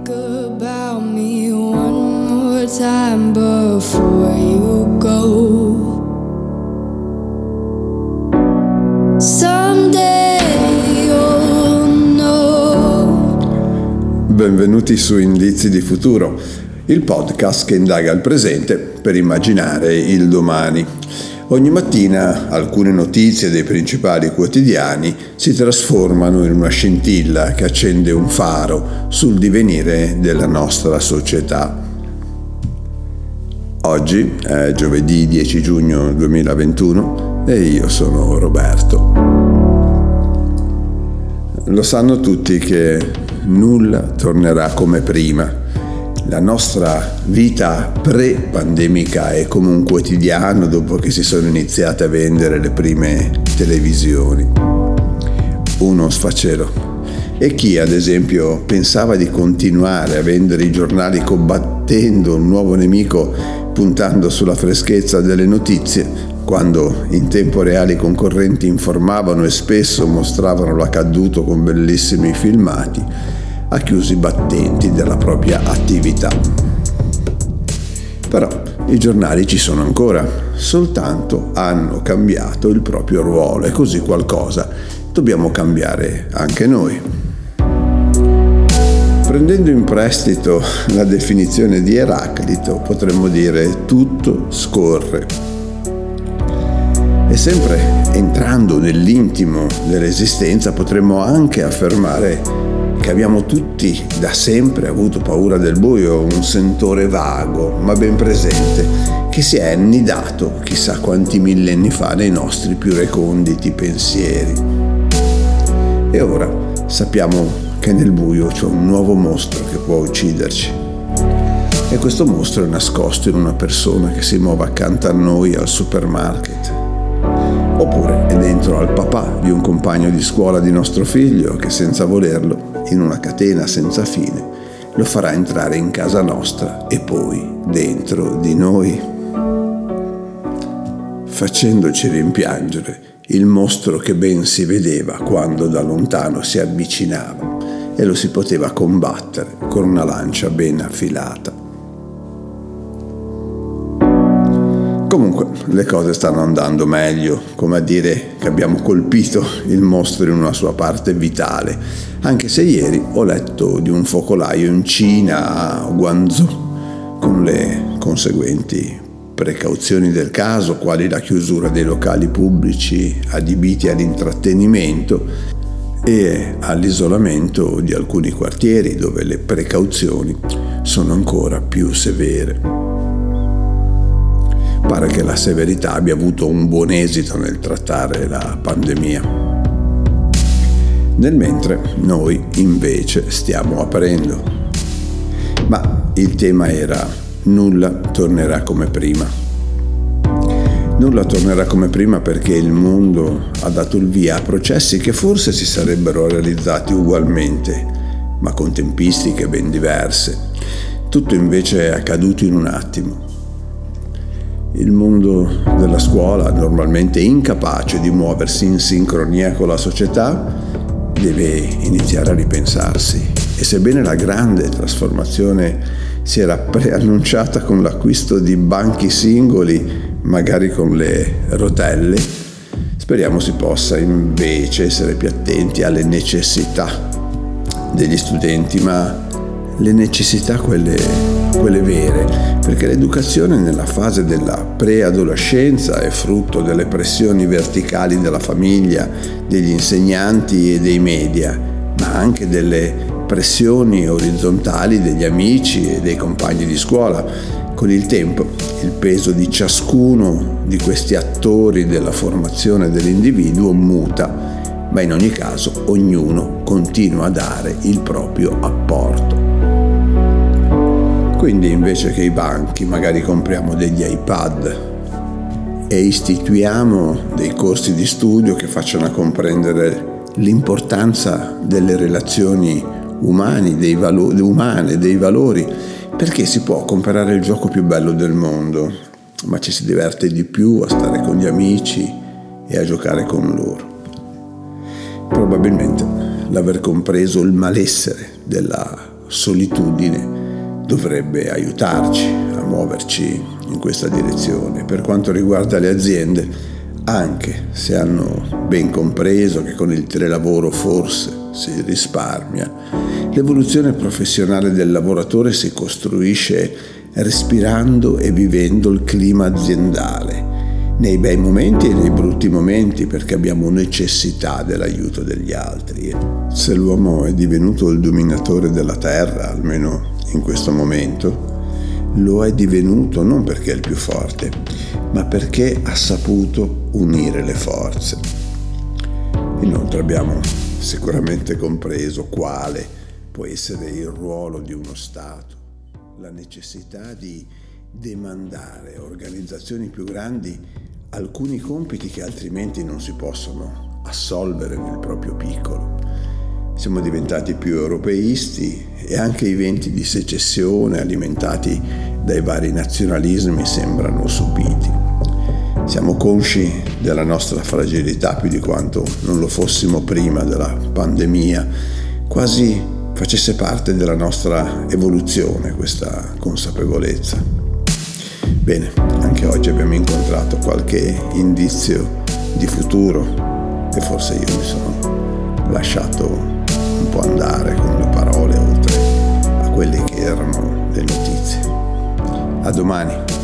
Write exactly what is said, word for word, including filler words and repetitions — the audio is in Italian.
Think about me one more time before you go. Someday you'll know. Benvenuti su Indizi di Futuro, il podcast che indaga il presente per immaginare il domani. Ogni mattina alcune notizie dei principali quotidiani si trasformano in una scintilla che accende un faro sul divenire della nostra società. Oggi è giovedì dieci giugno duemilaventuno e io sono Roberto. Lo sanno tutti che nulla tornerà come prima. La nostra vita pre-pandemica è come un quotidiano dopo che si sono iniziate a vendere le prime televisioni. Uno sfacelo. E chi, ad esempio, pensava di continuare a vendere i giornali combattendo un nuovo nemico puntando sulla freschezza delle notizie, quando in tempo reale i concorrenti informavano e spesso mostravano l'accaduto con bellissimi filmati, ha chiuso i battenti della propria attività. Però i giornali ci sono ancora, soltanto hanno cambiato il proprio ruolo e così qualcosa dobbiamo cambiare anche noi. Prendendo in prestito la definizione di Eraclito, potremmo dire tutto scorre. E sempre entrando nell'intimo dell'esistenza potremmo anche affermare che abbiamo tutti da sempre avuto paura del buio, un sentore vago ma ben presente che si è annidato chissà quanti millenni fa nei nostri più reconditi pensieri. E ora sappiamo che nel buio c'è un nuovo mostro che può ucciderci. E questo mostro è nascosto in una persona che si muove accanto a noi al supermarket. Oppure è dentro al papà di un compagno di scuola di nostro figlio che senza volerlo, in una catena senza fine, lo farà entrare in casa nostra e poi dentro di noi, facendoci rimpiangere il mostro che ben si vedeva quando da lontano si avvicinava e lo si poteva combattere con una lancia ben affilata. Comunque le cose stanno andando meglio, come a dire che abbiamo colpito il mostro in una sua parte vitale, anche se ieri ho letto di un focolaio in Cina, a Guangzhou, con le conseguenti precauzioni del caso, quali la chiusura dei locali pubblici adibiti all'intrattenimento e all'isolamento di alcuni quartieri dove le precauzioni sono ancora più severe. Pare che la severità abbia avuto un buon esito nel trattare la pandemia. Nel mentre noi invece stiamo aprendo. Ma il tema era nulla tornerà come prima. Nulla tornerà come prima perché il mondo ha dato il via a processi che forse si sarebbero realizzati ugualmente, ma con tempistiche ben diverse. Tutto invece è accaduto in un attimo. Il mondo della scuola, normalmente incapace di muoversi in sincronia con la società, deve iniziare a ripensarsi. E sebbene la grande trasformazione si era preannunciata con l'acquisto di banchi singoli, magari con le rotelle, speriamo si possa invece essere più attenti alle necessità degli studenti, ma le necessità quelle, quelle vere, perché l'educazione nella fase della preadolescenza è frutto delle pressioni verticali della famiglia, degli insegnanti e dei media, ma anche delle pressioni orizzontali degli amici e dei compagni di scuola. Con il tempo il peso di ciascuno di questi attori della formazione dell'individuo muta, ma in ogni caso ognuno continua a dare il proprio apporto. Quindi invece che i banchi magari compriamo degli iPad e istituiamo dei corsi di studio che facciano comprendere l'importanza delle relazioni umane, dei valori, umane, dei valori, perché si può comprare il gioco più bello del mondo, ma ci si diverte di più a stare con gli amici e a giocare con loro. Probabilmente l'aver compreso il malessere della solitudine dovrebbe aiutarci a muoverci in questa direzione. Per quanto riguarda le aziende, anche se hanno ben compreso che con il telelavoro forse si risparmia, l'evoluzione professionale del lavoratore si costruisce respirando e vivendo il clima aziendale, nei bei momenti e nei brutti momenti, perché abbiamo necessità dell'aiuto degli altri. Se l'uomo è divenuto il dominatore della terra, almeno in questo momento, lo è divenuto non perché è il più forte, ma perché ha saputo unire le forze. Inoltre abbiamo sicuramente compreso quale può essere il ruolo di uno Stato, la necessità di demandare a organizzazioni più grandi alcuni compiti che altrimenti non si possono assolvere nel proprio piccolo. Siamo diventati più europeisti e anche i venti di secessione alimentati dai vari nazionalismi sembrano sopiti. Siamo consci della nostra fragilità più di quanto non lo fossimo prima della pandemia, quasi facesse parte della nostra evoluzione questa consapevolezza. Bene, anche oggi abbiamo incontrato qualche indizio di futuro e forse io mi sono lasciato un po' andare con le parole oltre a quelle che erano le notizie. A domani.